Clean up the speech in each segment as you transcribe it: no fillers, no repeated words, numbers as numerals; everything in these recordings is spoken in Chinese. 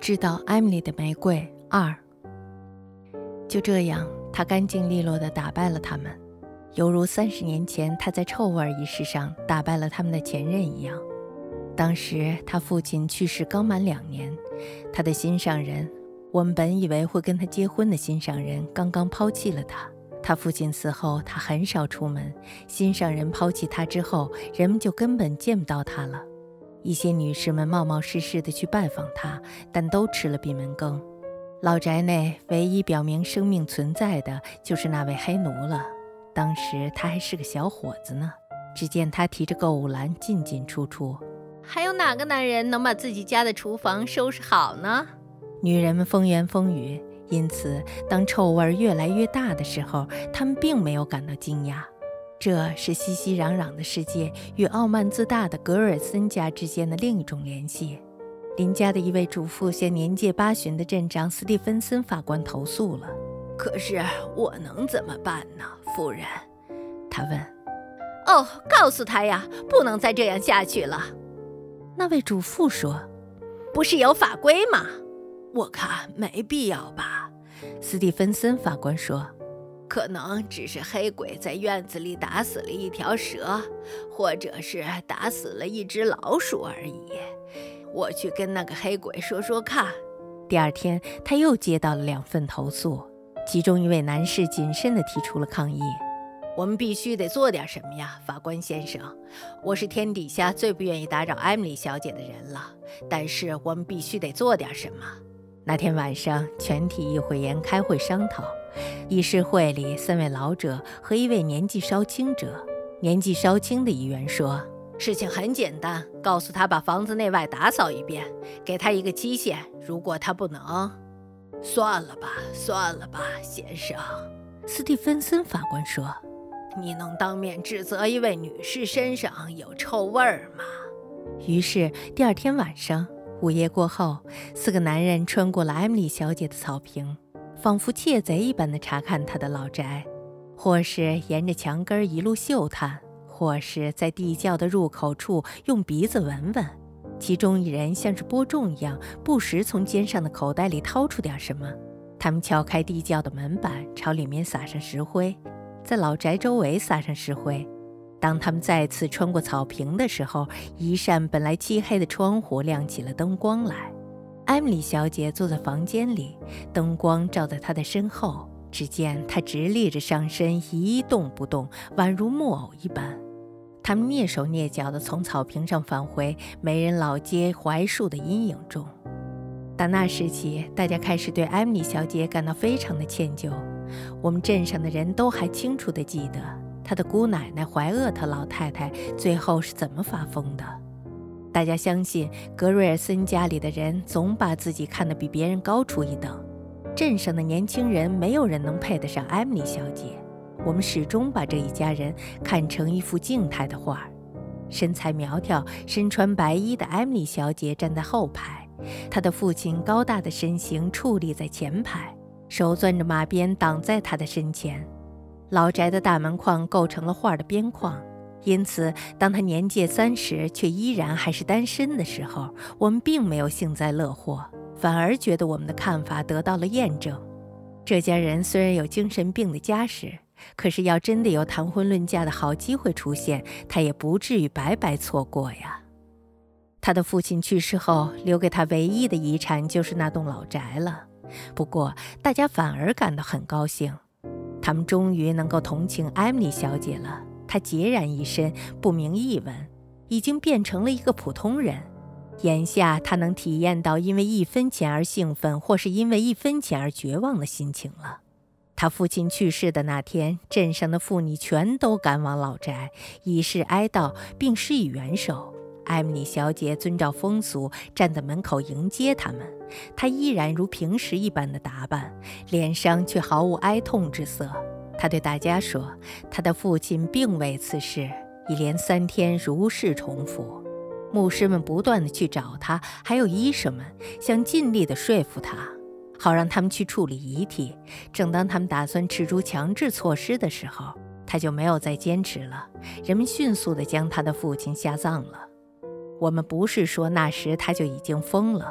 知道艾米丽的玫瑰2。就这样，他干净利落地打败了他们，犹如30年前他在臭味仪式上打败了他们的前任一样。当时他父亲去世刚满2年，他的心上人，我们本以为会跟他结婚的心上人刚刚抛弃了他。他父亲死后，他很少出门，心上人抛弃他之后，人们就根本见不到他了。一些女士们冒冒失失地去拜访他，但都吃了闭门羹。老宅内唯一表明生命存在的就是那位黑奴了。当时他还是个小伙子呢。只见他提着购物篮进进出出。 还有哪个男人能把自己家的厨房收拾好呢？ 女人们风言风语，因此当臭味越来越大的时候，他们并没有感到惊讶。这是熙熙攘攘的世界与傲慢自大的格瑞尔森家之间的另一种联系。邻家的一位主妇向年届80的镇长斯蒂芬森法官投诉了。 可是我能怎么办呢，夫人？ 他问。 哦，告诉他呀，不能再这样下去了。 那位主妇说。 不是有法规吗？ 我看没必要吧。 斯蒂芬森法官说。 可能只是黑鬼在院子里打死了一条蛇，或者是打死了一只老鼠而已。我去跟那个黑鬼说说看。 第二天，他又接到了2份投诉，其中一位男士谨慎地提出了抗议。 我们必须得做点什么呀，法官先生。我是天底下最不愿意打扰艾米丽小姐的人了，但是我们必须得做点什么。 那天晚上，全体议会员开会商讨。议事会里，3位老者和1位年纪稍轻者。年纪稍轻的议员说， 事情很简单，告诉他把房子内外打扫一遍，给他一个期限。如果他不能，算了吧，先生。 斯蒂芬森法官说， 你能当面指责一位女士身上有臭味吗？ 于是第二天晚上，午夜过后，4个男人穿过了艾米丽小姐的草坪，仿佛窃贼一般地查看她的老宅，或是沿着墙根一路嗅探，或是在地窖的入口处用鼻子闻闻。其中一人像是播种一样，不时从肩上的口袋里掏出点什么。他们敲开地窖的门板，朝里面撒上石灰，在老宅周围撒上石灰。当他们再次穿过草坪的时候，一扇本来漆黑的窗户亮起了灯光来。艾米丽小姐坐在房间里，灯光照在她的身后，只见她直立着上身，一动不动，宛如木偶一般。他们蹑手蹑脚地从草坪上返回美人老街槐树的阴影中。打那时起，大家开始对艾米丽小姐感到非常的歉疚。我们镇上的人都还清楚地记得她的姑奶奶怀厄特老太太最后是怎么发疯的。大家相信格瑞尔森家里的人总把自己看得比别人高出一等。镇上的年轻人没有人能配得上艾米丽小姐。我们始终把这一家人看成一幅静态的画。身材苗条、身穿白衣的艾米丽小姐站在后排，她的父亲高大的身形矗立在前排，手攥着马鞭挡在她的身前。老宅的大门框构成了画的边框，因此当她年届30却依然还是单身的时候，我们并没有幸灾乐祸，反而觉得我们的看法得到了验证。这家人虽然有精神病的家世，可是要真的有谈婚论嫁的好机会出现，他也不至于白白错过呀。他的父亲去世后，留给他唯一的遗产就是那栋老宅了。不过大家反而感到很高兴，他们终于能够同情艾米丽小姐了。她孑然一身，不明一文，已经变成了一个普通人。眼下她能体验到因为1分钱而兴奋，或是因为1分钱而绝望的心情了。他父亲去世的那天，镇上的妇女全都赶往老宅，以示哀悼并施以援手。艾米丽小姐遵照风俗站在门口迎接他们，她依然如平时一般的打扮，脸上却毫无哀痛之色。她对大家说，她的父亲并未辞世，已连3天如是重复。牧师们不断地去找他，还有医生们想尽力地说服他，好让他们去处理遗体。正当他们打算斥出强制措施的时候，他就没有再坚持了。人们迅速地将他的父亲下葬了。我们不是说那时他就已经疯了，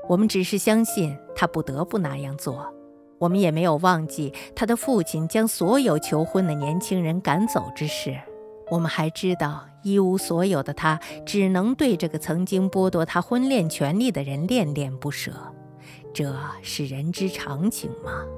我们只是相信他不得不那样做。我们也没有忘记他的父亲将所有求婚的年轻人赶走之事。我们还知道一无所有的他只能对这个曾经剥夺他婚恋权利的人恋恋不舍。这是人之常情吗？